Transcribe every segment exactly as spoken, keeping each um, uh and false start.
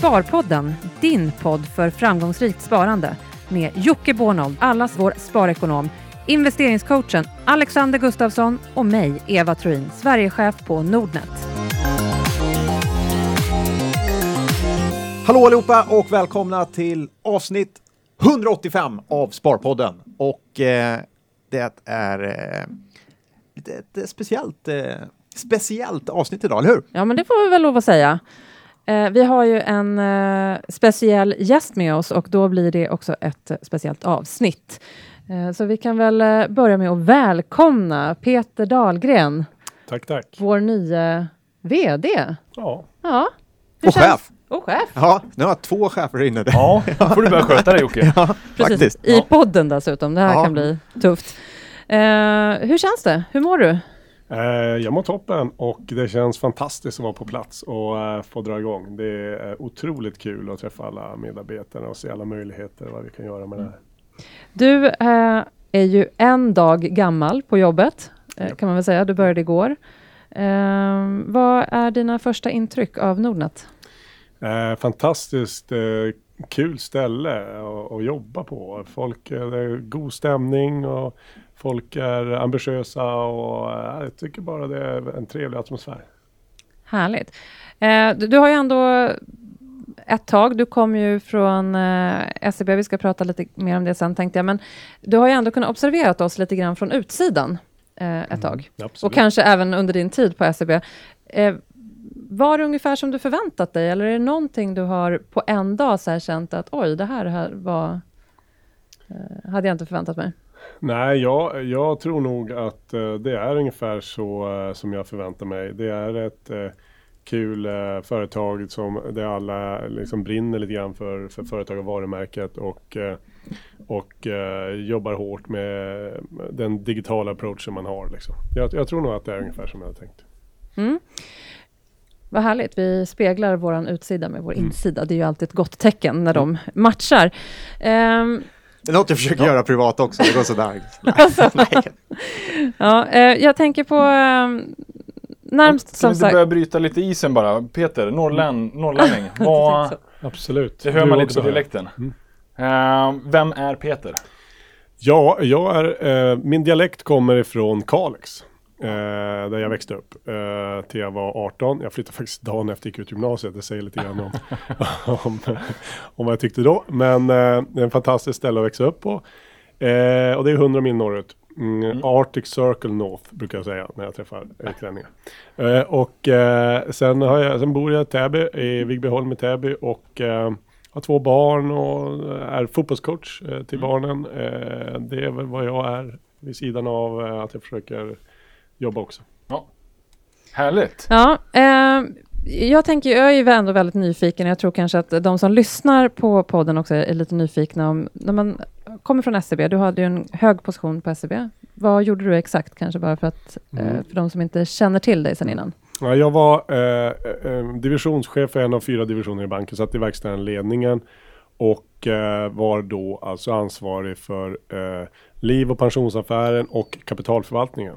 Sparpodden, din podd för framgångsrikt sparande. Med Jocke Bornold, allas vår sparekonom, investeringscoachen Alexander Gustafsson och mig, Eva Troin, Sverigechef på Nordnet. Hallå allihopa och välkomna till avsnitt hundraåttiofem av Sparpodden. Och eh, det är eh, ett speciellt, eh, speciellt avsnitt idag, eller hur? Ja, men det får vi väl lov att säga. Eh, vi har ju en eh, speciell gäst med oss och då blir det också ett eh, speciellt avsnitt. Eh, så vi kan väl eh, börja med att välkomna Peter Dahlgren. Tack, tack. Vår nya vd. Ja. Ja. Och känns... chef. Och chef. Ja, nu har jag två chefer inne. Ja, då får du börja sköta det, Jocke. Ja, precis. faktiskt. I Ja. podden dessutom. Det här Ja. kan bli tufft. Eh, hur känns det? Hur mår du? Eh, jag mår toppen och det känns fantastiskt att vara på plats och eh, få dra igång. Det är otroligt kul att träffa alla medarbetare och se alla möjligheter vad vi kan göra med det här. Du eh, är ju en dag gammal på jobbet, eh, Ja. kan man väl säga. Du började igår. Eh, vad är dina första intryck av Nordnet? Eh, fantastiskt eh, kul ställe att, att jobba på. Folk, eh, det är god stämning och folk är ambitiösa och eh, jag tycker bara det är en trevlig atmosfär. Härligt. Eh, du, du har ju ändå ett tag, du kom ju från eh, S E B, vi ska prata lite mer om det sen tänkte jag, men du har ju ändå kunnat observera oss lite grann från utsidan eh, ett tag. Mm, absolut. Och kanske även under din tid på S E B. Eh, var det ungefär som du förväntat dig? Eller är det någonting du har på en dag så här känt att oj, det här, det här var, eh, hade jag inte förväntat mig? Nej, jag, jag tror nog att eh, det är ungefär så eh, som jag förväntar mig. Det är ett eh, kul eh, företag som där alla liksom brinner lite grann för, för företag och varumärket och, eh, och eh, jobbar hårt med den digitala approachen man har. Liksom. Jag, jag tror nog att det är ungefär som jag hade tänkt. Mm. Vad härligt, vi speglar våran utsida med vår Mm. insida. Det är ju alltid ett gott tecken när de matchar. Um, Det är något jag försöker Ja. göra privat också, det går sådär. Alltså. Nej. ja, eh, jag tänker på um, närmst Kan som vi inte sagt... börja bryta lite isen bara? Peter, norrlän, norrlänning. Vad, Absolut. det hör Du man lite också på här. dialekten. Mm. Eh, vem är Peter? Ja, jag är, eh, min dialekt kommer ifrån Kalix. Eh, där jag växte upp eh, till jag var arton. Jag flyttade faktiskt dagen efter jag gick ut gymnasiet. Det säger lite grann om, om, om vad jag tyckte då. Men eh, det är en fantastisk ställe att växa upp på. Eh, och det är hundra mil norrut. Mm, Mm. Arctic Circle North brukar jag säga när jag träffar utlänningar. Eh, och eh, sen, har jag, sen bor jag i Täby, i Vigbyholm i Täby. Och eh, har två barn och är fotbollscoach eh, till Mm. barnen. Eh, det är väl vad jag är vid sidan av eh, att jag försöker jobba också. Härligt. Ja, eh, jag tänker, jag är ju ändå väldigt nyfiken. Jag tror kanske att de som lyssnar på podden också är lite nyfikna om, när man kommer från S E B, du hade ju en hög position på S E B. Vad gjorde du exakt kanske bara för att, Mm. eh, för de som inte känner till dig sedan innan? Ja, jag var eh, eh, divisionschef för en av fyra divisioner i banken, satt i verkställande ledningen och eh, var då alltså ansvarig för eh, liv- och pensionsaffären och kapitalförvaltningen.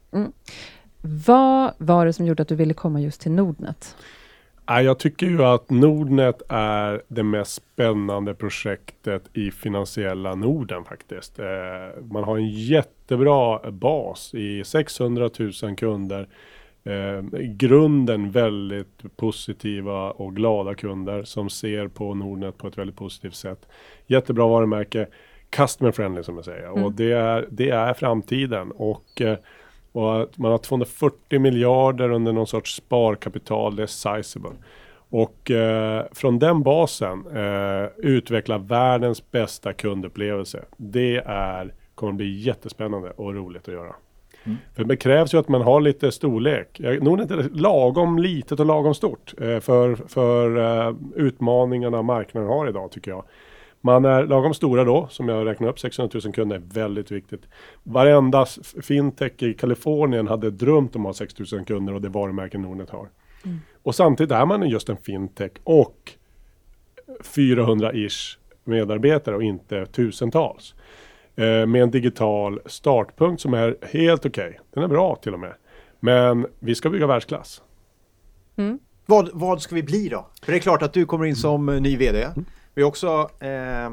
Vad var det som gjorde att du ville komma just till Nordnet? Ja, jag tycker ju att Nordnet är det mest spännande projektet i finansiella Norden faktiskt. Eh, man har en jättebra bas i sexhundratusen kunder. Eh, I grunden väldigt positiva och glada kunder som ser på Nordnet på ett väldigt positivt sätt. Jättebra varumärke, customer friendly som jag säger. Mm. Och det är, det är framtiden. Och, eh, och att man har tvåhundrafyrtio miljarder under någon sorts sparkapital, det är sizable. Och eh, från den basen eh, utveckla världens bästa kundupplevelse. Det är, kommer att bli jättespännande och roligt att göra. Mm. För det krävs ju att man har lite storlek. Nordnet är lagom litet och lagom stort eh, för, för eh, utmaningarna marknaden har idag tycker jag. Man är lagom stora då, som jag räknar upp, sexhundratusen kunder är väldigt viktigt. Varenda fintech i Kalifornien hade drömt om att ha sex tusen kunder och det varumärken Nordnet har. Mm. Och samtidigt är man just en fintech och fyrahundra-ish medarbetare och inte tusentals. Eh, med en digital startpunkt som är helt okej. Okay. Den är bra till och med. Men vi ska bygga världsklass. Mm. Vad, vad ska vi bli då? För det är klart att du kommer in som ny vd. Mm. Vi har också eh,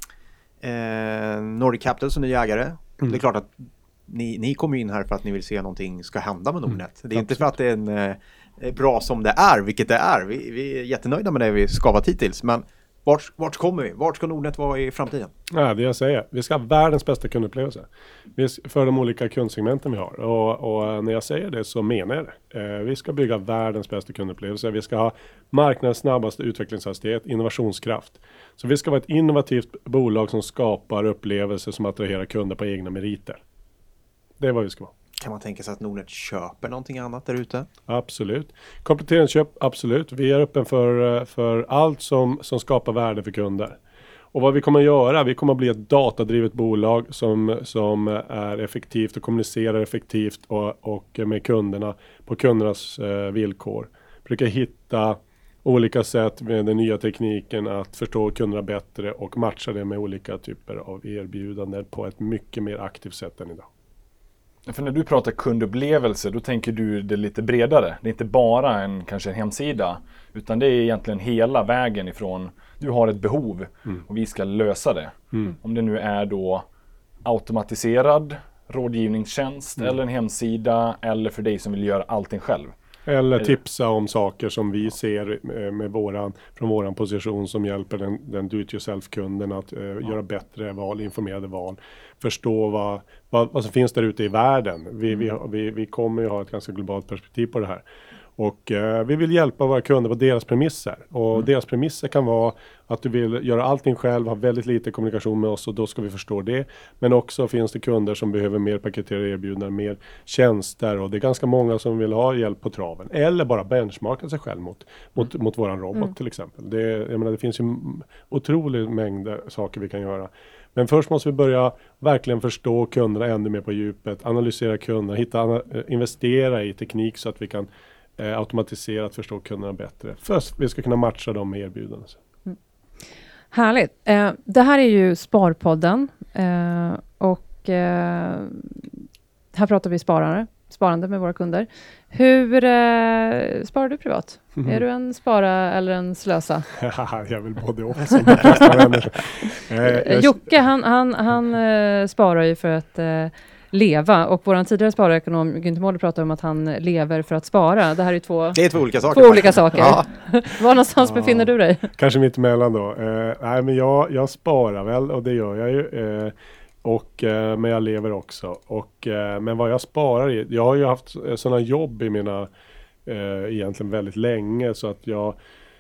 eh, Nordic Capital som ny ägare. Mm. Det är klart att ni, ni kommer in här för att ni vill se någonting ska hända med Nordnet. Mm. Det är Absolut. Inte för att det är en, eh, bra som det är, vilket det är. Vi, vi är jättenöjda med det vi skapat hittills. Men vart, vart kommer vi? Vart ska Nordnet vara i framtiden? Ja, det jag säger. Vi ska ha världens bästa kundupplevelse. Vi för de olika kundsegmenten vi har. Och, och när jag säger det så menar jag det. Eh, vi ska bygga världens bästa kundupplevelse. Vi ska ha marknadens snabbaste utvecklingshastighet, innovationskraft. Så vi ska vara ett innovativt bolag som skapar upplevelser som attraherar kunder på egna meriter. Det är vad vi ska vara. Kan man tänka sig att Nordnet köper någonting annat där ute? Absolut. Kompletteringsköp, absolut. Vi är öppen för, för allt som, som skapar värde för kunder. Och vad vi kommer att göra, vi kommer att bli ett datadrivet bolag som, som är effektivt och kommunicerar effektivt och, och med kunderna på kundernas eh, villkor. Försöka hitta olika sätt med den nya tekniken att förstå kunderna bättre och matcha det med olika typer av erbjudanden på ett mycket mer aktivt sätt än idag. För när du pratar kundupplevelse, då tänker du det lite bredare. Det är inte bara en, kanske en hemsida, utan det är egentligen hela vägen ifrån du har ett behov mm. och vi ska lösa det. Mm. Om det nu är då automatiserad rådgivningstjänst mm. eller en hemsida eller för dig som vill göra allting själv. Eller tipsa om saker som vi ser med våran, från våran position som hjälper den, den do-it-yourself-kunden att uh, ja. göra bättre val, informerade val. Förstå vad, vad, vad som finns där ute i världen. Vi, vi, vi, vi kommer ju ha ett ganska globalt perspektiv på det här. Och uh, vi vill hjälpa våra kunder på deras premisser. Och mm. deras premisser kan vara att du vill göra allting själv, ha väldigt lite kommunikation med oss och då ska vi förstå det. Men också finns det kunder som behöver mer paketerade erbjudanden, mer tjänster och det är ganska många som vill ha hjälp på traven. Eller bara benchmarka sig själv mot, mot, mot våran robot mm. till exempel. Det, jag menar, det finns ju otrolig mängd saker vi kan göra. Men först måste vi börja verkligen förstå kunderna ännu mer på djupet, analysera kunderna, hitta, investera i teknik så att vi kan eh, automatisera att förstå kunderna bättre. Först vi ska kunna matcha dem med erbjudanden. Mm. Härligt. Eh, det här är ju Sparpodden eh, och eh, här pratar vi sparare, sparande med våra kunder. Hur eh, sparar du privat? Mm. Är du en spara eller en slösa? Jag vill både och som de flesta människor. Eh, Jocke, han, han, han eh, sparar ju för att eh, leva och våran tidigare sparekonom Günther Mårder pratar om att han lever för att spara. Det här är två, det är två olika saker. Två olika saker. Ja. Var någonstans ja. befinner du dig? Kanske mitt emellan då. Eh, nej, men jag, jag sparar väl och det gör jag ju. Eh, och, eh, men jag lever också. Och, eh, men vad jag sparar i, jag har ju haft sådana jobb i mina eh, egentligen väldigt länge så att jag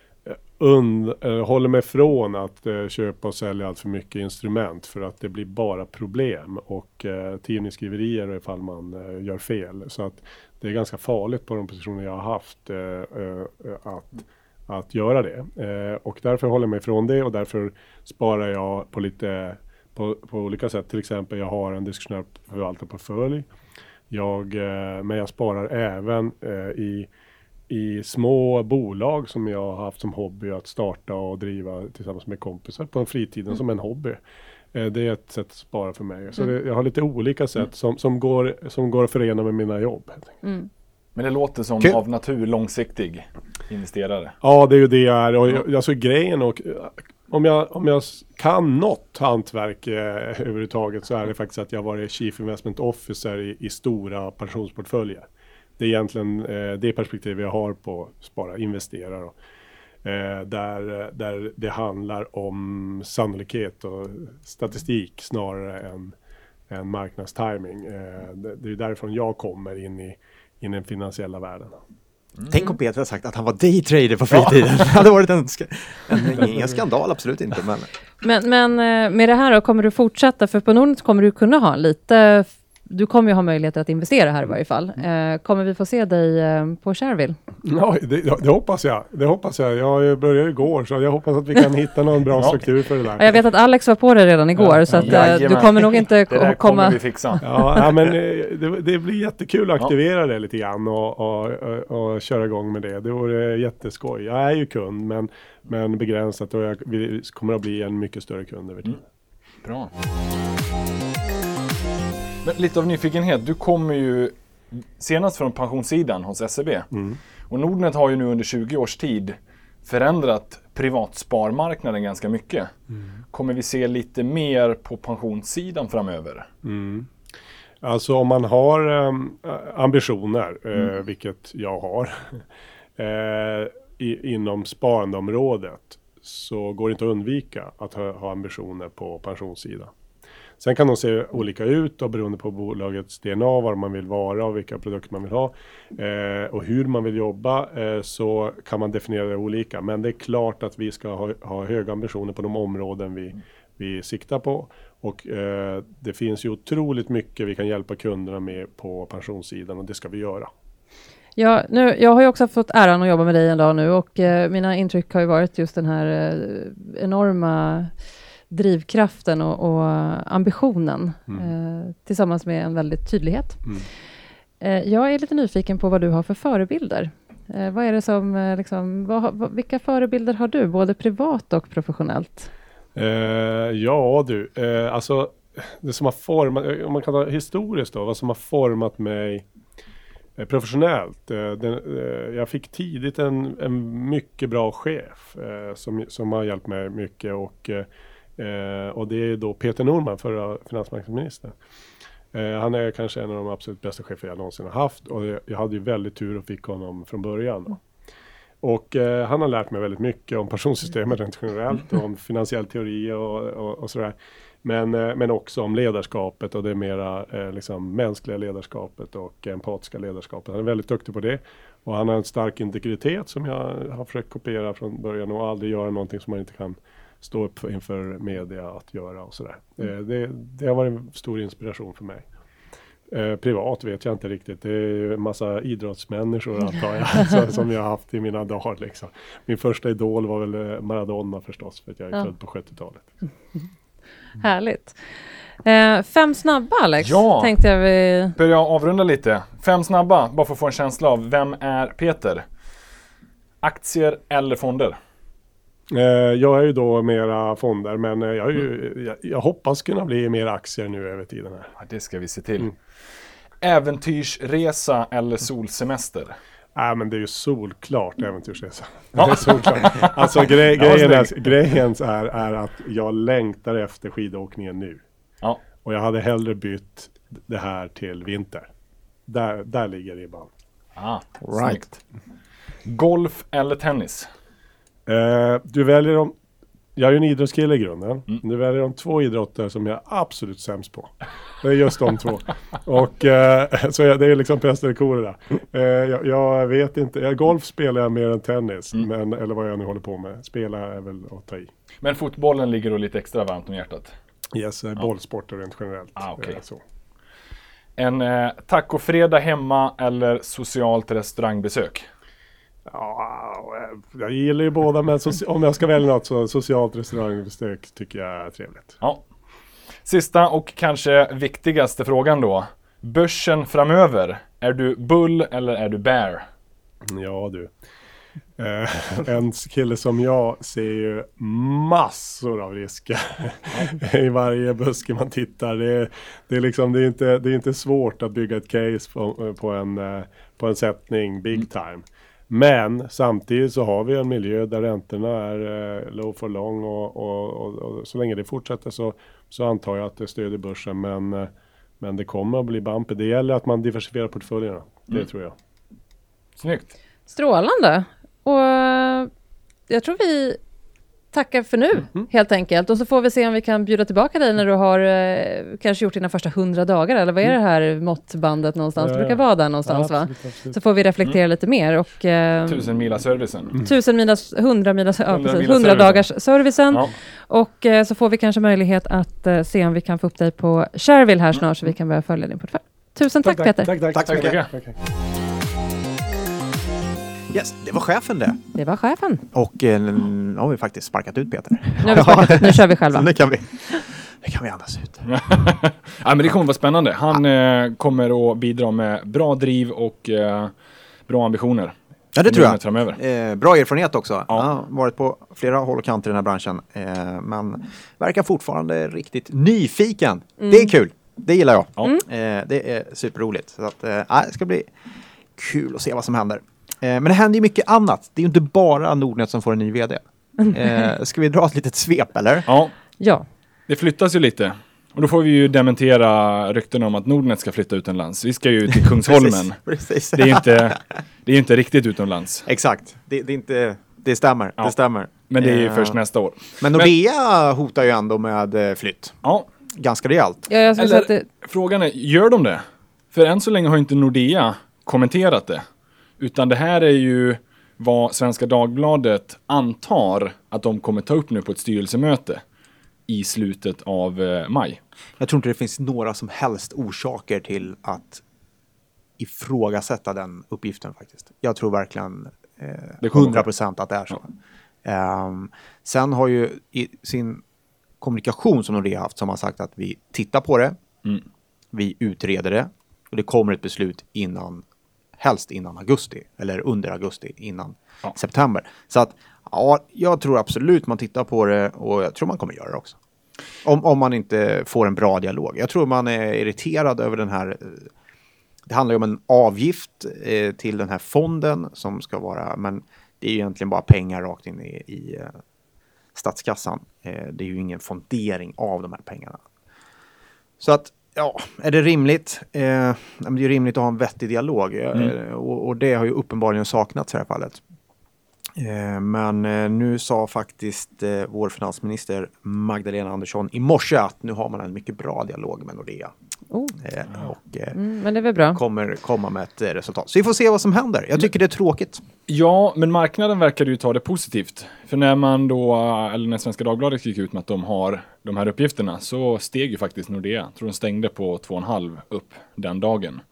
Und, äh, håller mig från att äh, köpa och sälja allt för mycket instrument för att det blir bara problem och äh, tidningsskriverier ifall man äh, gör fel. Så att det är ganska farligt på de positioner jag har haft äh, äh, att, att göra det. Äh, och därför håller jag mig från det och därför sparar jag på lite på, på olika sätt. Till exempel jag har en diskretionär förvaltarportfölj. Jag, äh, men jag sparar även äh, i i små bolag som jag har haft som hobby att starta och driva tillsammans med kompisar på en fritiden mm. som en hobby. Eh, det är ett sätt att spara för mig. Så mm. det, jag har lite olika sätt mm. som, som, går, som går att förena med mina jobb. Mm. Men det låter som Kul. av natur långsiktig investerare. Ja, det är ju det jag är. Och jag, alltså grejen och om jag, om jag kan något hantverk eh, överhuvudtaget så är det faktiskt att jag varit Chief Investment Officer i, i stora pensionsportföljer. Det är egentligen eh, det perspektiv jag har på spara, investera. Då. Eh, där, där det handlar om sannolikhet och statistik snarare än, än marknadstiming. Eh, det, det är därifrån jag kommer in i, in i den finansiella världen. Mm. Tänk om Peter hade sagt att han var daytrader på fritiden. Det hade varit en, sk- en, ingen skandal, absolut inte. Men... Men, men med det här då, kommer du fortsätta? För på Nordnet kommer du kunna ha lite... Du kommer ju ha möjlighet att investera här i varje fall. Eh, kommer vi få se dig eh, på Shareville? Ja, det, det hoppas jag. Det hoppas jag. Jag började igår så jag hoppas att vi kan hitta någon bra struktur för det där. Ja, jag vet att Alex var på det redan igår ja, så att, eh, du kommer nog inte det där komma... kommer vi fixa. Ja, ja men det, det blir jättekul att aktivera ja. det lite grann och, och, och, och köra igång med det. Det vore jätteskoj. Jag är ju kund men, men begränsat och jag vi kommer att bli en mycket större kund över tid. Mm. Bra. Men lite av nyfikenhet, du kommer ju senast från pensionssidan hos S E B. Mm. Och Nordnet har ju nu under tjugo års tid förändrat privatsparmarknaden ganska mycket. Mm. Kommer vi se lite mer på pensionssidan framöver? Mm. Alltså om man har eh, ambitioner, eh, mm. vilket jag har, eh, i, inom sparandeområdet, så går det inte att undvika att ha, ha ambitioner på pensionssidan. Sen kan de se olika ut och beroende på bolagets D N A, var man vill vara och vilka produkter man vill ha eh, och hur man vill jobba, eh, så kan man definiera det olika. Men det är klart att vi ska ha, ha höga ambitioner på de områden vi, vi siktar på. Och eh, det finns ju otroligt mycket vi kan hjälpa kunderna med på pensionssidan, och det ska vi göra. Ja, nu, jag har ju också fått äran att jobba med dig en dag nu, och eh, mina intryck har ju varit just den här eh, enorma drivkraften och, och ambitionen mm. eh, tillsammans med en väldigt tydlighet. Mm. Eh, jag är lite nyfiken på vad du har för förebilder. Eh, vad är det som, eh, liksom, vad, vad, vilka förebilder har du, både privat och professionellt? Eh, ja du, eh, alltså det som har format, om man kan ta historiskt då, vad som har format mig eh, professionellt. Eh, den, eh, jag fick tidigt en, en mycket bra chef eh, som, som har hjälpt mig mycket, och eh, Uh, och det är då Peter Norman, förra finansmarknadsministern. Uh, han är kanske en av de absolut bästa chefer jag någonsin har haft, och jag, jag hade ju väldigt tur och fick honom från början. Då. Och uh, han har lärt mig väldigt mycket om pensionssystemet rent generellt, och om finansiell teori och, och, och sådär. Men, uh, men också om ledarskapet, och det mera uh, liksom mänskliga ledarskapet och empatiska ledarskapet. Han är väldigt duktig på det, och han har en stark integritet som jag har försökt kopiera från början, och aldrig göra någonting som man inte kan stå upp inför media att göra och sådär. Mm. Det, det har varit en stor inspiration för mig. Eh, privat vet jag inte riktigt. Det är en massa idrottsmänniskor antar jag så, som jag har haft i mina dagar. Liksom. Min första idol var väl Maradona förstås, för att jag är ja. född på sjuttiotalet. Mm. Härligt. Eh, fem snabba, Alex, ja, tänkte jag vi... börja avrunda lite. Fem snabba, bara för att få en känsla av vem är Peter? Aktier eller fonder? Jag är ju då mera fonder, men jag, är ju, jag, jag hoppas kunna bli mer aktier nu över tiden här. Ja, det ska vi se till. Mm. Äventyrsresa eller solsemester? Nej, men det är ju solklart äventyrsresa. Ja. Det är solklart. Alltså gre- grejen, är, grejen är, är att jag längtar efter skidåkningen nu. Ja. Och jag hade hellre bytt det här till vinter. Där, där ligger det ibland. Ah, right. Golf eller tennis? Uh, du väljer de, jag är ju en idrottskille i grunden. Mm. Du väljer de två idrotter som jag är absolut sämst på. Det är just de två. Och uh, så jag, det är liksom pest eller kolera. Uh, jag, jag vet inte. Jag, golf spelar jag mer än tennis. Mm. Men, eller vad jag nu håller på med. Spelar är väl att ta i. Men fotbollen ligger då lite extra varmt om hjärtat? Yes, uh, bollsporter rent generellt. Ah, okay. uh, så. En uh, tacofredag hemma eller socialt restaurangbesök? Ja, jag gillar ju båda, men so- om jag ska välja något så socialt restaurangbesök tycker jag är trevligt. Ja. Sista och kanske viktigaste frågan då. Börsen framöver. Är du bull eller är du bear? Ja du. Eh, en kille som jag ser ju massor av risker i varje buske man tittar. Det är, det är, liksom, det är, inte, det är inte svårt att bygga ett case på, på, en, på en sättning big time. Men samtidigt så har vi en miljö där räntorna är eh, low for long, och, och, och, och så länge det fortsätter så, så antar jag att det stöder börsen. Men, eh, men det kommer att bli bumpy. Det gäller att man diversifierar portföljerna. Det mm. tror jag. Snyggt. Strålande. Och jag tror vi tackar för nu, mm. helt enkelt. Och så får vi se om vi kan bjuda tillbaka dig när du har eh, kanske gjort dina första hundra dagar. Eller vad är det här måttbandet någonstans? Ja, det brukar vara där någonstans, ja, absolut, va? Absolut. Så får vi reflektera mm. lite mer. Och, eh, tusen milas servicen. Mm. Tusen milas, hundra milas, ja, precis, hundra dagars servicen. Ja. Och eh, så får vi kanske möjlighet att eh, se om vi kan få upp dig på Shareville här snart, mm. så vi kan börja följa din portfölj. Tusen tack, tack Peter. Tack, tack, tack, tack, tack, tack, tack. Yes, det var chefen det. Det var chefen. Och eh, nu har vi faktiskt sparkat ut Peter. Nu har vi sparkat ut, nu kör vi själva. Nu kan vi, nu kan vi andas ut. Ja, men det kommer vara spännande. Han ja. eh, kommer att bidra med bra driv och eh, bra ambitioner. Ja, det tror jag. Eh, bra erfarenhet också. Ja. Ja, varit på flera håll och kanter i den här branschen. Eh, men verkar fortfarande riktigt nyfiken. Mm. Det är kul. Det gillar jag. Mm. Eh, det är superroligt. Så att, eh, det ska bli kul att se vad som händer. men det händer ju mycket annat. Det är ju inte bara Nordnet som får en ny vd. Eh, ska vi dra ett litet svep, eller? Ja. Ja. Det flyttas ju lite. Och då får vi ju dementera rykten om att Nordnet ska flytta utomlands. Vi ska ju till Kungsholmen. Precis, precis. Det är ju inte, det är inte riktigt utomlands. Exakt. Det, det, är inte, det stämmer. Ja. Det stämmer. Men det är ju Eh, först nästa år. Men Nordea hotar ju ändå med eh, flytt. Ja, Ganska rejält. Ja, jag skulle säga eller att det, frågan är, gör de det? För än så länge har inte Nordea kommenterat det. Utan det här är ju vad Svenska Dagbladet antar att de kommer ta upp nu på ett styrelsemöte i slutet av eh, maj. Jag tror inte det finns några som helst orsaker till att ifrågasätta den uppgiften faktiskt. Jag tror verkligen Det eh, kommer hundra procent att det är så. Ehm, sen har ju i sin kommunikation som Nordea haft som har sagt att vi tittar på det, Mm. vi utreder det och det kommer ett beslut innan, helst innan augusti eller under augusti, innan Ja. september. Så att ja, jag tror absolut man tittar på det och jag tror man kommer göra det också. Om, om man inte får en bra dialog. Jag tror man är irriterad över den här. Det handlar ju om en avgift eh, till den här fonden som ska vara, men det är ju egentligen bara pengar rakt in i, i eh, statskassan. Eh, det är ju ingen fondering av de här pengarna. Så att, ja, är det rimligt? Eh, det är ju rimligt att ha en vettig dialog Mm. eh, och, och det har ju uppenbarligen saknats i det här fallet. Eh, men eh, nu sa faktiskt eh, vår finansminister Magdalena Andersson i morse att nu har man en mycket bra dialog med Nordea. oh, Eh, och eh, mm, men det är väl bra. kommer komma med ett eh, resultat. Så vi får se vad som händer. Jag tycker det är tråkigt. Ja, men marknaden verkar ju ta det positivt. För när man då, eller när Svenska Dagbladet gick ut med att de har de här uppgifterna så steg ju faktiskt Nordea. Jag tror de stängde på två och en halv upp den dagen.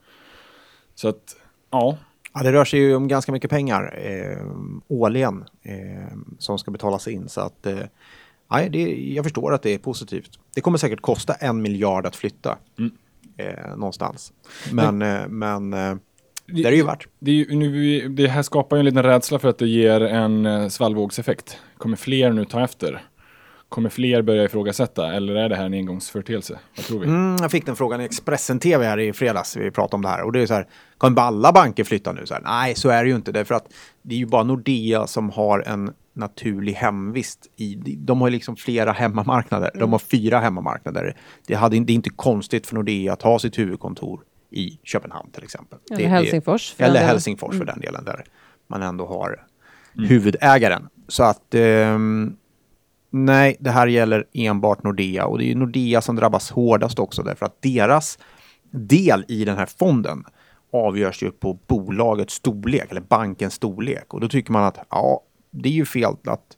Så att, ja. Ja, det rör sig ju om ganska mycket pengar eh, årligen eh, som ska betalas in. Så att, eh, nej, det, jag förstår att det är positivt. Det kommer säkert kosta en miljard att flytta Mm. eh, någonstans. Men, eh, men eh, det är det ju värt. Det, är ju, nu, det här skapar ju en liten rädsla för att det ger en eh, svallvågseffekt. Kommer fler nu ta efter? Kommer fler börja ifrågasätta? Eller är det här en engångsföreteelse? Vad tror vi? Mm, jag fick den frågan i Expressen T V här i fredags. Vi pratade om det här. Och det är så här, kan bara alla banker flytta nu? Så här, nej, så är det ju inte. Därför att det är ju bara Nordea som har en naturlig hemvist. I, de har ju liksom flera hemmamarknader. De har fyra hemmamarknader. Det, hade, det är inte konstigt för Nordea att ha sitt huvudkontor i Köpenhamn till exempel. Eller det, Helsingfors. Det, eller den Helsingfors för den delen där man ändå har huvudägaren. Så att ehm, nej, det här gäller enbart Nordea och det är ju Nordea som drabbas hårdast också därför att deras del i den här fonden avgörs ju på bolagets storlek eller bankens storlek och då tycker man att ja, det är ju fel att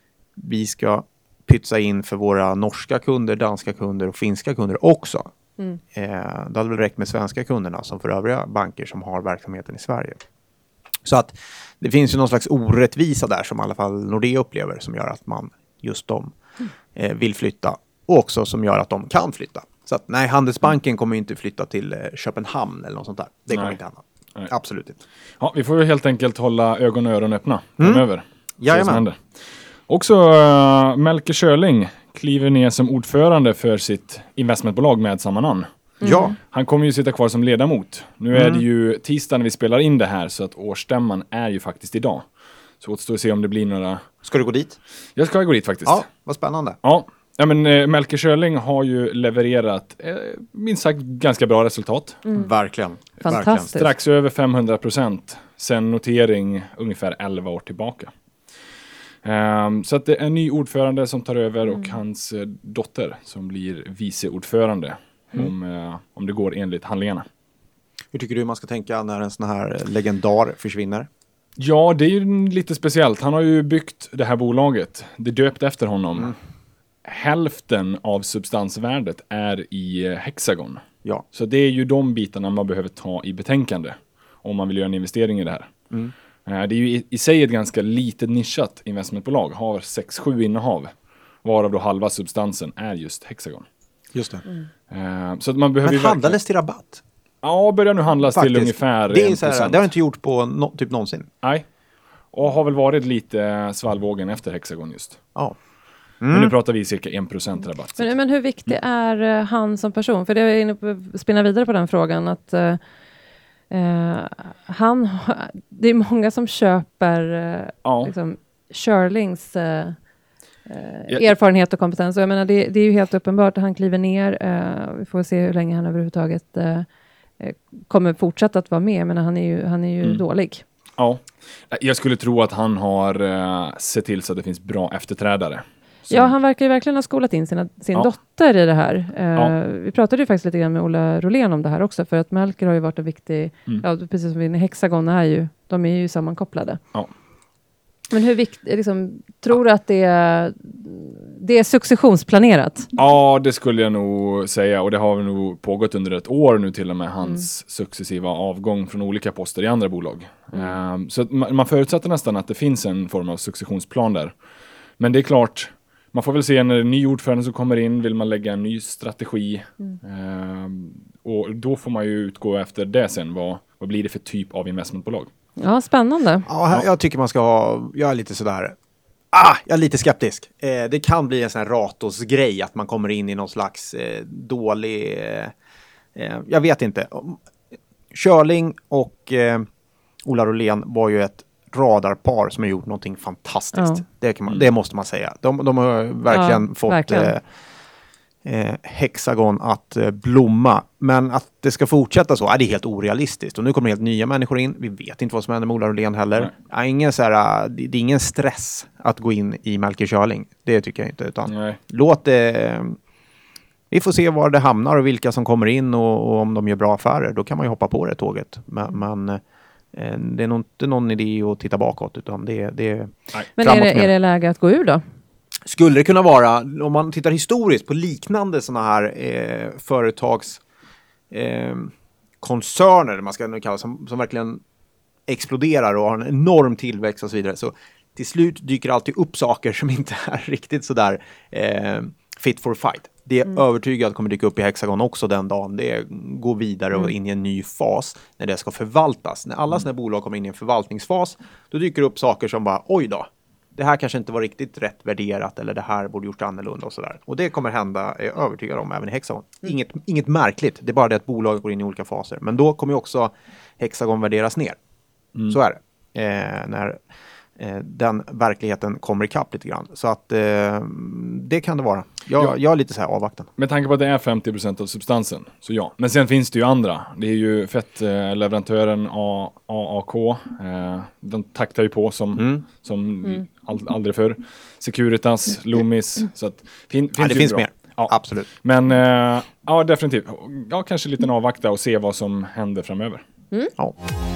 vi ska pytsa in för våra norska kunder, danska kunder och finska kunder också. Mm. Eh, det hade väl räckt med svenska kunderna som för övriga banker som har verksamheten i Sverige. Så att det finns ju någon slags orättvisa där som i alla fall Nordea upplever som gör att man just de eh, vill flytta och också som gör att de kan flytta. Så att nej, Handelsbanken kommer inte flytta till eh, Köpenhamn eller något sånt där. Det kommer Nej. inte hända. Nej. Absolut inte. Ja, vi får ju helt enkelt hålla ögon och öron öppna Mm. framöver. Se vad som Jajamän. händer. Också uh, Melker Schörling kliver ner som ordförande för sitt investmentbolag med samma namn. Ja, Han kommer ju sitta kvar som ledamot. Nu är det ju tisdag när vi spelar in det här så att årsstämman är ju faktiskt idag. Så återstår att se om det blir några... ska du gå dit? Jag ska gå dit faktiskt. Ja, vad spännande. Ja, ja men eh, Melker Schörling har ju levererat eh, minst sagt ganska bra resultat. Verkligen. Fantastiskt. Strax över femhundra procent sen notering ungefär elva år tillbaka. Um, så att det är en ny ordförande som tar över och hans eh, dotter som blir vice ordförande om, eh, om det går enligt handlingarna. Hur tycker du man ska tänka när en sån här legendar försvinner? Ja, det är ju lite speciellt. Han har ju byggt det här bolaget. Det är döpt efter honom. Mm. Hälften av substansvärdet är i eh, Hexagon. Ja. Så det är ju de bitarna man behöver ta i betänkande om man vill göra en investering i det här. Mm. Eh, Det är ju i, i sig ett ganska litet nischat investmentbolag. Har sex sju innehav. Varav då halva substansen är just Hexagon. Just det. Eh, Så att man behöver Men ju verkligen... handlades till rabatt? Ja, börjar nu handlas till Faktiskt. ungefär Det är en så här, procent. det har inte gjort på no, typ någonsin. Nej. Och har väl varit lite svallvågen efter Hexagon just. Ja. Men nu pratar vi cirka en procent rabatt. Men, men hur viktig är eh, han som person? För det är jag inne på att spinna vidare på den frågan. Att, eh, Eh, han har, det är många som köper eh, Ja. liksom, Körlings eh, Ja. erfarenhet och kompetens. Och jag menar, det, det är ju helt uppenbart att han kliver ner. Eh, vi får se hur länge han överhuvudtaget eh, kommer fortsätta att vara med. Men han är ju, han är ju Mm. dålig. Ja, jag skulle tro att han har uh, sett till så att det finns bra efterträdare. Som... Ja, han verkar ju verkligen ha skolat in sina, sin Ja. dotter i det här. Uh, Ja. Vi pratade ju faktiskt lite grann med Ola Rolén om det här också. För att Melker har ju varit en viktig... Mm. Ja, precis som vi Hexagon är ju... De är ju sammankopplade. Ja. Men hur viktigt... Liksom, tror du att det är, det är successionsplanerat? Ja, det skulle jag nog säga. Och det har nog pågått under ett år nu till och med hans mm. successiva avgång från olika poster i andra bolag. Mm. Um, så man, man förutsätter nästan att det finns en form av successionsplan där. Men det är klart, man får väl se när en ny ordförande som kommer in, vill man lägga en ny strategi. Mm. Um, och då får man ju utgå efter det sen. Vad, vad blir det för typ av investmentbolag? Ja, spännande. Ja, jag tycker man ska ha, jag är lite sådär, ah, jag är lite skeptisk. Eh, det kan bli en sån här Ratos-grej att man kommer in i någon slags eh, dålig, eh, jag vet inte. Körling och eh, Ola Rolén var ju ett radarpar som har gjort någonting fantastiskt. Ja. Det, kan man, det måste man säga. De, de har verkligen ja, fått verkligen. Eh, eh, Hexagon att eh, blomma. Men att det ska fortsätta så är det helt orealistiskt. Och nu kommer helt nya människor in. Vi vet inte vad som händer med Ola Rolén heller. Ja, ingen så här, det, det är ingen stress att gå in i Melker Körling. Det tycker jag inte. Utan Nej. låt det... Eh, vi får se var det hamnar och vilka som kommer in och, och om de gör bra affärer. Då kan man ju hoppa på det tåget. Men... men det är nog inte någon idé att titta bakåt, utan det, det är Men är det, är det läge att gå ur då? Skulle det kunna vara, om man tittar historiskt på liknande sådana här eh, företags eh, koncerner, man ska nu kalla som, som verkligen exploderar och har en enorm tillväxt och så vidare, så till slut dyker alltid upp saker som inte är riktigt sådär eh, fit for fight. Det är mm. övertygad kommer dyka upp i Hexagon också den dagen det går vidare och in i en ny fas när det ska förvaltas. När alla mm. sådana bolag kommer in i en förvaltningsfas, då dyker det upp saker som bara, oj då, det här kanske inte var riktigt rätt värderat eller det här borde gjort annorlunda och sådär. Och det kommer hända, är jag övertygad om, även i Hexagon. Mm. Inget, inget märkligt, det är bara det att bolaget går in i olika faser. Men då kommer ju också Hexagon värderas ner. Mm. Så är det. Eh, när eh, den verkligheten kommer ikapp lite grann. Så att eh, det kan det vara. Jag, ja. jag är lite så här avvaktan. Med tanke på att det är femtio procent av substansen, så ja. Men sen finns det ju andra. Det är ju fettleverantören A A K. Eh, de taktar ju på som, mm. som mm. All, aldrig förr. Securitas, Loomis. Så att, fin, finns ja, det ju finns bra. mer. Ja. Absolut. Men eh, ja, definitivt. Ja, kanske lite avvakta och se vad som händer framöver. Mm. Ja.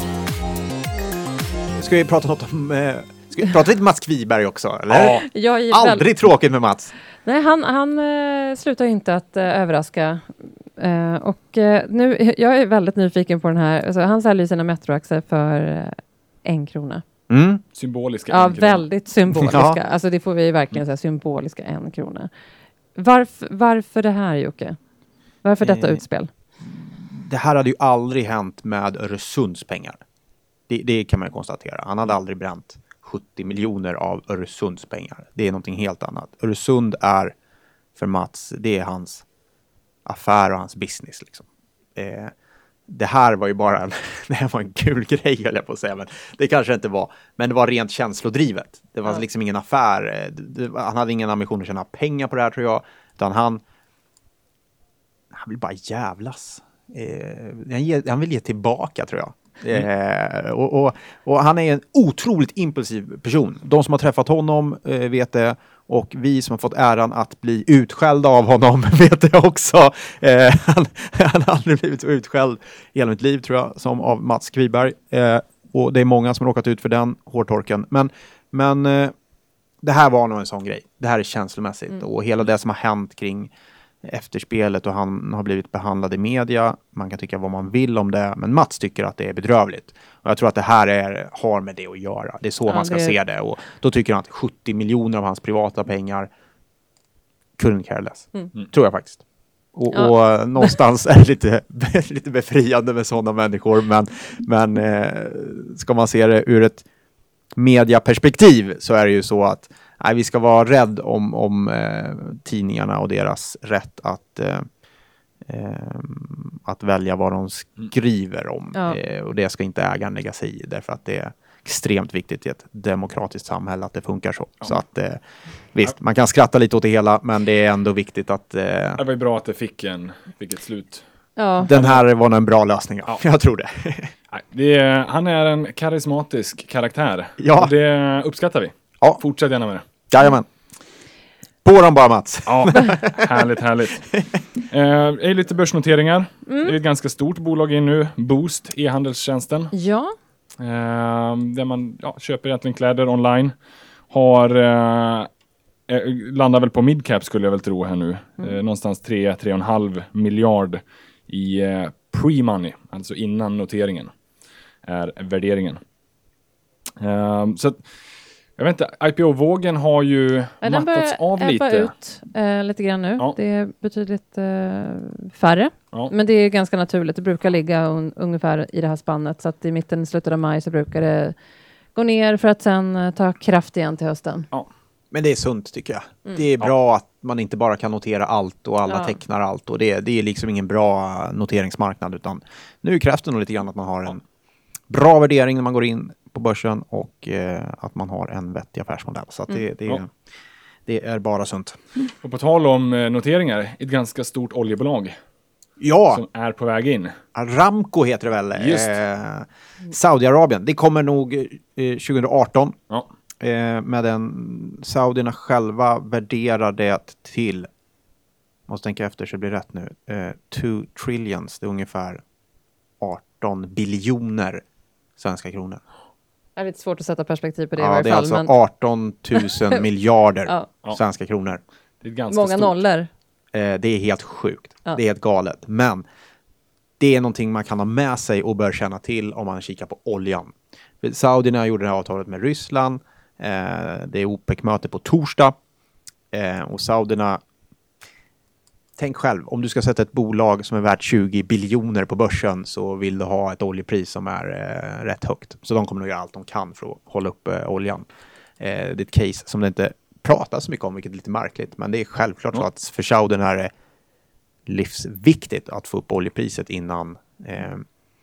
Ska vi prata något om... Eh, ska vi prata lite Mats Kviberg också, eller? Ja. Aldrig väl... tråkigt med Mats. Nej, han, han uh, slutar inte att uh, överraska. Uh, och uh, nu, jag är väldigt nyfiken på den här. Alltså, han säljer sina Metro-aktier för uh, en krona. Mm. Symboliska ja, en krona. Väldigt symboliska. Ja. Alltså det får vi verkligen säga, symboliska en krona. Varf, varför det här, Jocke? Varför detta eh, utspel? Det här hade ju aldrig hänt med Öresunds pengar. Det, det kan man ju konstatera. Han hade aldrig bränt sjuttio miljoner av Öresunds pengar. Det är någonting helt annat. Öresund är för Mats, det är hans affär och hans business liksom. Eh, det här var ju bara en, det här var en kul grej, höll jag på att säga, men det kanske inte var, men det var rent känslodrivet. Det var ja. liksom ingen affär. Det, det, han hade ingen ambition att tjäna pengar på det här, tror jag, utan han han vill bara jävlas. Eh, han, ge, han vill ge tillbaka, tror jag. Mm. Eh, och, och, och han är en otroligt impulsiv person. De som har träffat honom eh, vet det. Och vi som har fått äran att bli utskällda av honom vet det också. Eh, han, han har aldrig blivit utskälld i hela mitt liv, tror jag, som av Mats Kviberg. Eh, och det är många som har råkat ut för den hårtorken. Men, men eh, det här var nog en sån grej. Det här är känslomässigt. Mm. Och hela det som har hänt kring efterspelet och han har blivit behandlad i media. Man kan tycka vad man vill om det, men Mats tycker att det är bedrövligt. Och jag tror att det här är, har med det att göra. Det är så ja, man ska det... se det. Och då tycker han att sjuttio miljoner av hans privata pengar couldn't care less. Mm. Tror jag faktiskt. Och, ja. och någonstans är det lite, lite befriande med sådana människor. Men, men eh, ska man se det ur ett mediaperspektiv så är det ju så att nej, vi ska vara rädd om, om eh, tidningarna och deras rätt att eh, eh, att välja vad de skriver om. Ja. Eh, och det ska inte ägaren lägga sig i, därför att det är extremt viktigt i ett demokratiskt samhälle att det funkar så. Ja. Så att eh, visst, man kan skratta lite åt det hela, men det är ändå viktigt att eh, Det var ju bra att det fick, en, fick ett slut. Ja. den här var nog en bra lösning. Ja. Ja. Jag tror det. Nej, det är, han är en karismatisk karaktär. Ja. Och det uppskattar vi. Ja. Fortsätt gärna med det. Jajamän. På dem bara, Mats. Ja, härligt, härligt. Eh, det är lite börsnoteringar. Mm. Det är ett ganska stort bolag in nu. Boost, e-handelstjänsten. Ja. Eh, där man ja, köper egentligen kläder online. Har eh, eh, landar väl på midcap skulle jag väl tro här nu. Mm. Eh, någonstans tre till tre komma fem miljard i eh, pre-money. Alltså innan noteringen är värderingen. Eh, så att, jag vet inte, I P O-vågen har ju Ja, den mattats av börjar ebba lite. ut eh, lite grann nu. Ja. Det är betydligt eh, färre. Ja. Men det är ganska naturligt. Det brukar ligga un- ungefär i det här spannet. Så att i mitten, slutet av maj så brukar det gå ner för att sen eh, ta kraft igen till hösten. Men det är sunt tycker jag. Mm. Det är bra att man inte bara kan notera allt och alla Ja. tecknar allt. Och det, det är liksom ingen bra noteringsmarknad, utan nu krävs det nog lite grann att man har en bra värdering när man går in på börsen och eh, att man har en vettig affärsmodell. Så att det, det, Ja. det är bara sunt. Och på tal om eh, noteringar, ett ganska stort oljebolag Ja, som är på väg in. Aramco heter det väl. Just. Eh, Saudiarabien. Det kommer nog eh, tjugo arton. Ja. Eh, med den saudierna själva värderar det till, måste tänka efter så det blir rätt nu, eh, two trillions, det är ungefär arton biljoner svenska kronor. Det är lite svårt att sätta perspektiv på det i Ja, varje det är fall. alltså men arton tusen miljarder Ja. Ja. svenska kronor. Det är ganska många stort. nollor. Eh, det är helt sjukt. Ja. Det är helt galet. Men det är någonting man kan ha med sig och bör känna till om man kikar på oljan. För saudierna gjorde det här avtalet med Ryssland. Eh, det är OPEC-möte på torsdag. Eh, och saudierna, tänk själv, om du ska sätta ett bolag som är värt tjugo biljoner på börsen så vill du ha ett oljepris som är eh, rätt högt. Så de kommer nog göra allt de kan för att hålla upp eh, oljan. Eh, det är ett case som det inte pratas så mycket om, vilket är lite märkligt. Men det är självklart så att för saudierna är det livsviktigt att få upp oljepriset innan, eh,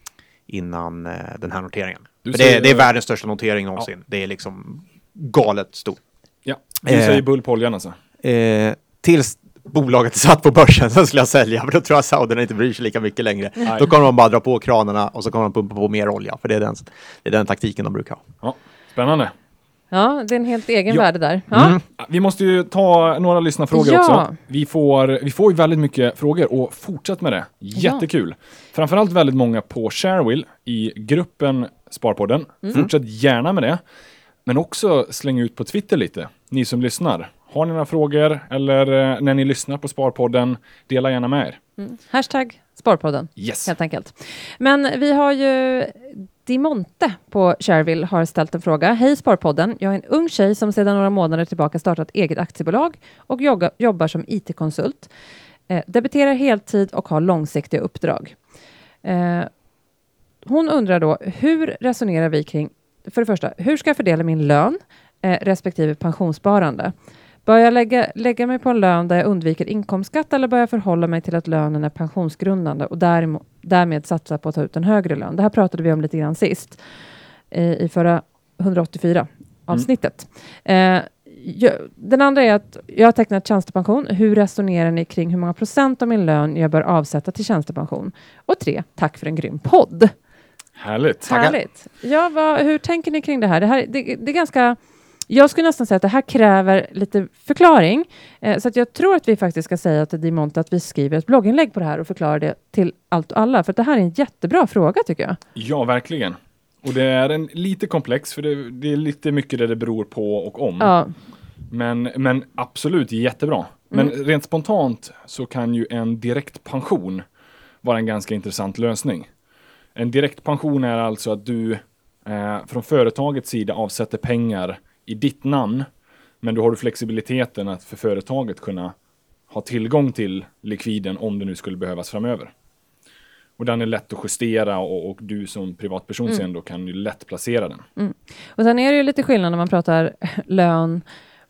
innan eh, den här noteringen. Du För säger- det, det är världens största notering någonsin. Det är liksom galet stort. Ja, du Eh. säger bull på oljan alltså. Eh, tills bolaget är satt på börsen så skulle jag sälja, för då tror jag saudierna inte bryr sig lika mycket längre. Nej. Då kommer de bara dra på kranarna och så kommer de pumpa på mer olja, för det är den, det är den taktiken de brukar ha. Ja, spännande. Ja, det är en helt egen Ja. värde där. Ja. Mm. Vi måste ju ta några lyssnarfrågor Ja. också. Vi får, vi får ju väldigt mycket frågor och fortsätt med det. Jättekul. Framförallt väldigt många på Sharewill i gruppen Sparpodden. Fortsätt gärna med det. Men också släng ut på Twitter lite, ni som lyssnar. Har ni några frågor eller eh, när ni lyssnar på Sparpodden, dela gärna med er. Mm. Hashtag Sparpodden. Yes. Helt enkelt. Men vi har ju Dimonte på Sharewill har ställt en fråga. Hej Sparpodden, jag är en ung tjej som sedan några månader tillbaka startat eget aktiebolag och jogga, jobbar som I T-konsult. Eh, debiterar heltid och har långsiktiga uppdrag. Eh, hon undrar då, hur resonerar vi kring, för det första, hur ska jag fördela min lön eh, respektive pensionssparande? Bör jag lägga, lägga mig på en lön där jag undviker inkomstskatt eller bör jag förhålla mig till att lönen är pensionsgrundande och därmed, därmed satsa på att ta ut en högre lön? Det här pratade vi om lite grann sist eh, i förra hundraåttiofyra avsnittet. Eh, jag, den andra är att jag har tecknat tjänstepension. Hur resonerar ni kring hur många procent av min lön jag bör avsätta till tjänstepension? Och tre, tack för en grym podd. Härligt. Tackar. Härligt. Ja, vad, hur tänker ni kring det här? Det, här det, det är ganska... Jag skulle nästan säga att det här kräver lite förklaring. Eh, så att jag tror att vi faktiskt ska säga till Dimonte att vi skriver ett blogginlägg på det här och förklarar det till allt och alla. För att det här är en jättebra fråga tycker jag. Ja, verkligen. Och det är en lite komplex, för det, det är lite mycket det det beror på och om. Ja, Men, men absolut jättebra. Men rent spontant så kan ju en direkt pension vara en ganska intressant lösning. En direkt pension är alltså att du eh, från företagets sida avsätter pengar i ditt namn, men då har du flexibiliteten att för företaget kunna ha tillgång till likviden om det nu skulle behövas framöver. Och den är lätt att justera och, och du som privatperson Mm. sen då kan ju lätt placera den. och sen är det ju lite skillnad när man pratar lön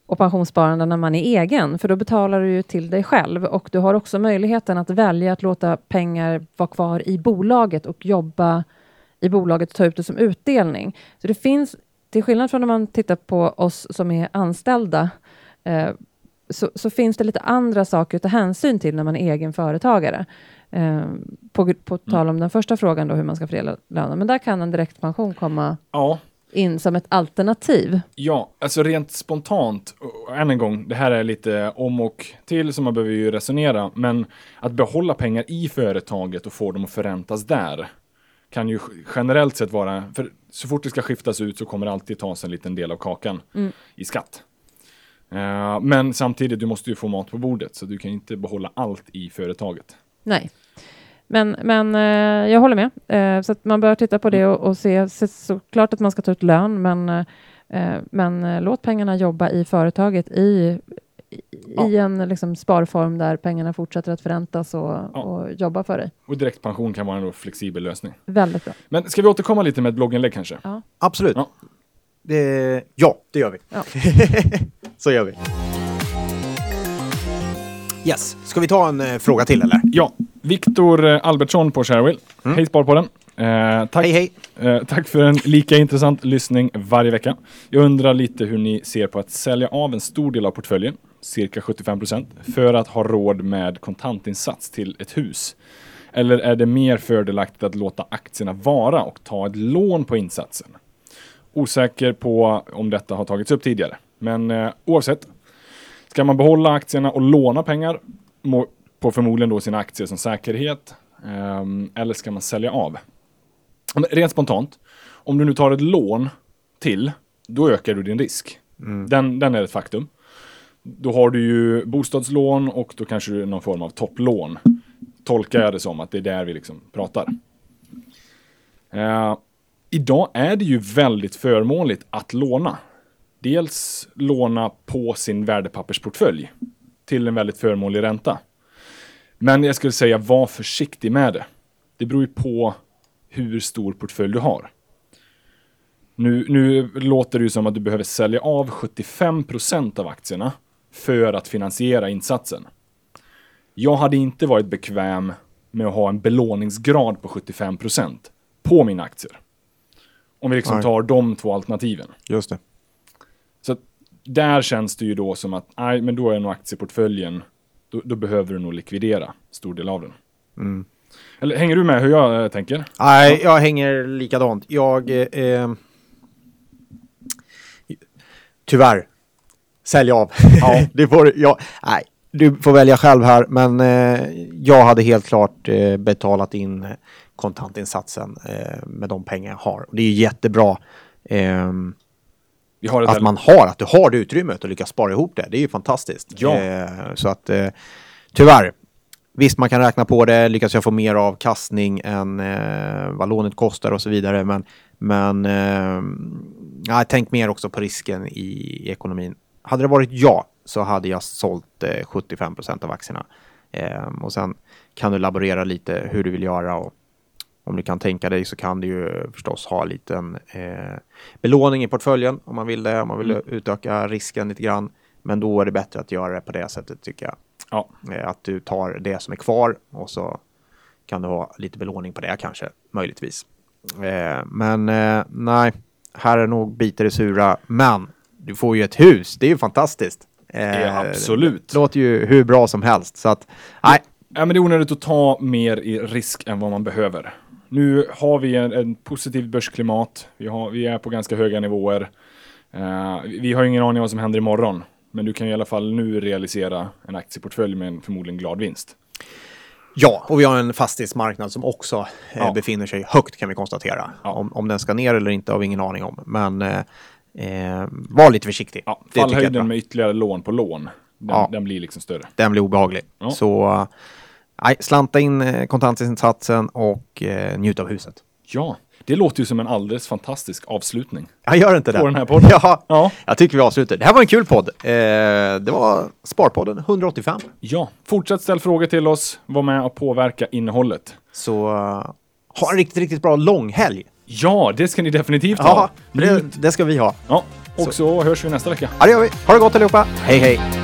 och pensionssparande när man är egen. För då betalar du ju till dig själv. Och du har också möjligheten att välja att låta pengar vara kvar i bolaget och jobba i bolaget och ta ut det som utdelning. Så det finns, till skillnad från när man tittar på oss som är anställda, eh, så, så finns det lite andra saker att ta hänsyn till när man är egen företagare. Eh, på, på tal om den första frågan då, hur man ska fördela lönen. Men där kan en direktpension komma Ja. in som ett alternativ. Ja, alltså rent spontant, och än en gång, det här är lite om och till som man behöver ju resonera, men att behålla pengar i företaget och få dem att förräntas där kan ju generellt sett vara, för så fort det ska skiftas ut så kommer det alltid tas en liten del av kakan mm. i skatt. Uh, men samtidigt, du måste ju få mat på bordet, så du kan inte behålla allt i företaget. Nej. Men, men eh, jag håller med. Eh, så att man bör titta på det och, och se, se såklart att man ska ta ut lön, men, eh, men eh, låt pengarna jobba i företaget i, i, ja. i en liksom, sparform där pengarna fortsätter att förräntas och, ja. och jobba för dig. Och direktpension kan vara en flexibel lösning. Väldigt bra. Men ska vi återkomma lite med ett blogginlägg kanske? Ja. Absolut. Ja. Det, ja, det gör vi. Ja. Så gör vi. Yes. Ska vi ta en eh, fråga till eller? Ja. Viktor Albertsson på Sharewill. Mm. Hej Sparpodden. Eh, tack, hej hej. Eh, tack för en lika intressant lyssning varje vecka. Jag undrar lite hur ni ser på att sälja av en stor del av portföljen, cirka sjuttiofem procent, för att ha råd med kontantinsats till ett hus. Eller är det mer fördelaktigt att låta aktierna vara och ta ett lån på insatsen? Osäker på om detta har tagits upp tidigare. Men eh, oavsett, ska man behålla aktierna och låna pengar må, på förmodligen då sina aktier som säkerhet, eh, eller ska man sälja av? Men rent spontant, om du nu tar ett lån till, då ökar du din risk. Mm. Den, den är ett faktum. Då har du ju bostadslån och då kanske du någon form av topplån. Tolkar jag det som att det är där vi liksom pratar. Eh, idag är det ju väldigt förmånligt att låna. Dels låna på sin värdepappersportfölj till en väldigt förmånlig ränta. Men jag skulle säga, var försiktig med det. Det beror ju på hur stor portfölj du har. Nu, nu låter det ju som att du behöver sälja av sjuttiofem procent av aktierna för att finansiera insatsen. Jag hade inte varit bekväm med att ha en belåningsgrad på sjuttiofem procent på mina aktier. Om vi liksom nej. tar de två alternativen. Just det. Så att där känns det ju då som att nej, men då är nog aktieportföljen, då, då behöver du nog likvidera stor del av den. Mm. Eller hänger du med hur jag äh, tänker? Nej, jag hänger likadant. Jag eh, tyvärr sälja av. Ja. Det får jag. Nej, du får välja själv här, men eh, jag hade helt klart eh, betalat in kontantinsatsen eh, med de pengar jag har. Och det är jättebra eh, Vi har att väl... man har, att du har det utrymmet och lyckas spara ihop det. Det är ju fantastiskt. Ja. Eh, så att eh, tyvärr. Visst, man kan räkna på det. Lyckas jag få mer avkastning än eh, vad lånet kostar och så vidare. Men, men eh, ja, tänk mer också på risken i, i ekonomin. Hade det varit jag så hade jag sålt eh, sjuttiofem procent av aktierna. Eh, och sen kan du laborera lite hur du vill göra. Och om du kan tänka dig så kan du ju förstås ha en liten eh, belåning i portföljen om man vill det. Om man vill mm. utöka risken lite grann. Men då är det bättre att göra det på det sättet tycker jag. Ja. Att du tar det som är kvar och så kan du ha lite belåning på det kanske, möjligtvis. Eh, men eh, nej, här är nog biter det sura. Men du får ju ett hus, det är ju fantastiskt. Eh, ja, absolut. Det låter ju hur bra som helst. Så att, nej. Ja, men det är onödigt att ta mer i risk än vad man behöver. Nu har vi en, en positiv börsklimat. Vi, har, vi är på ganska höga nivåer. Eh, vi har ingen aning om vad som händer imorgon. Men du kan i alla fall nu realisera en aktieportfölj med en förmodligen glad vinst. Ja, och vi har en fastighetsmarknad som också eh, ja. befinner sig högt kan vi konstatera. Ja. Om, om den ska ner eller inte har vi ingen aning om. Men eh, eh, var lite försiktig. Ja, fallhöjden med ytterligare lån på lån, den, ja. den blir liksom större. Den blir obehaglig. Ja. Så nej, slanta in eh, kontantinsatsen och eh, njut av huset. Ja, det låter ju som en alldeles fantastisk avslutning. Jag gör inte det. På den här podden. Ja, ja, jag tycker vi avslutar. Det här var en kul podd. Eh, det var Sparpodden hundraåttiofem. Ja, fortsätt ställa frågor till oss. Var med och påverka innehållet. Så uh, ha en riktigt, riktigt bra långhelg. Ja, det ska ni definitivt ha. Ja, det, det ska vi ha. Ja, Och så hörs vi nästa vecka. Ja, det gör vi. Ha det gott allihopa. Hej hej!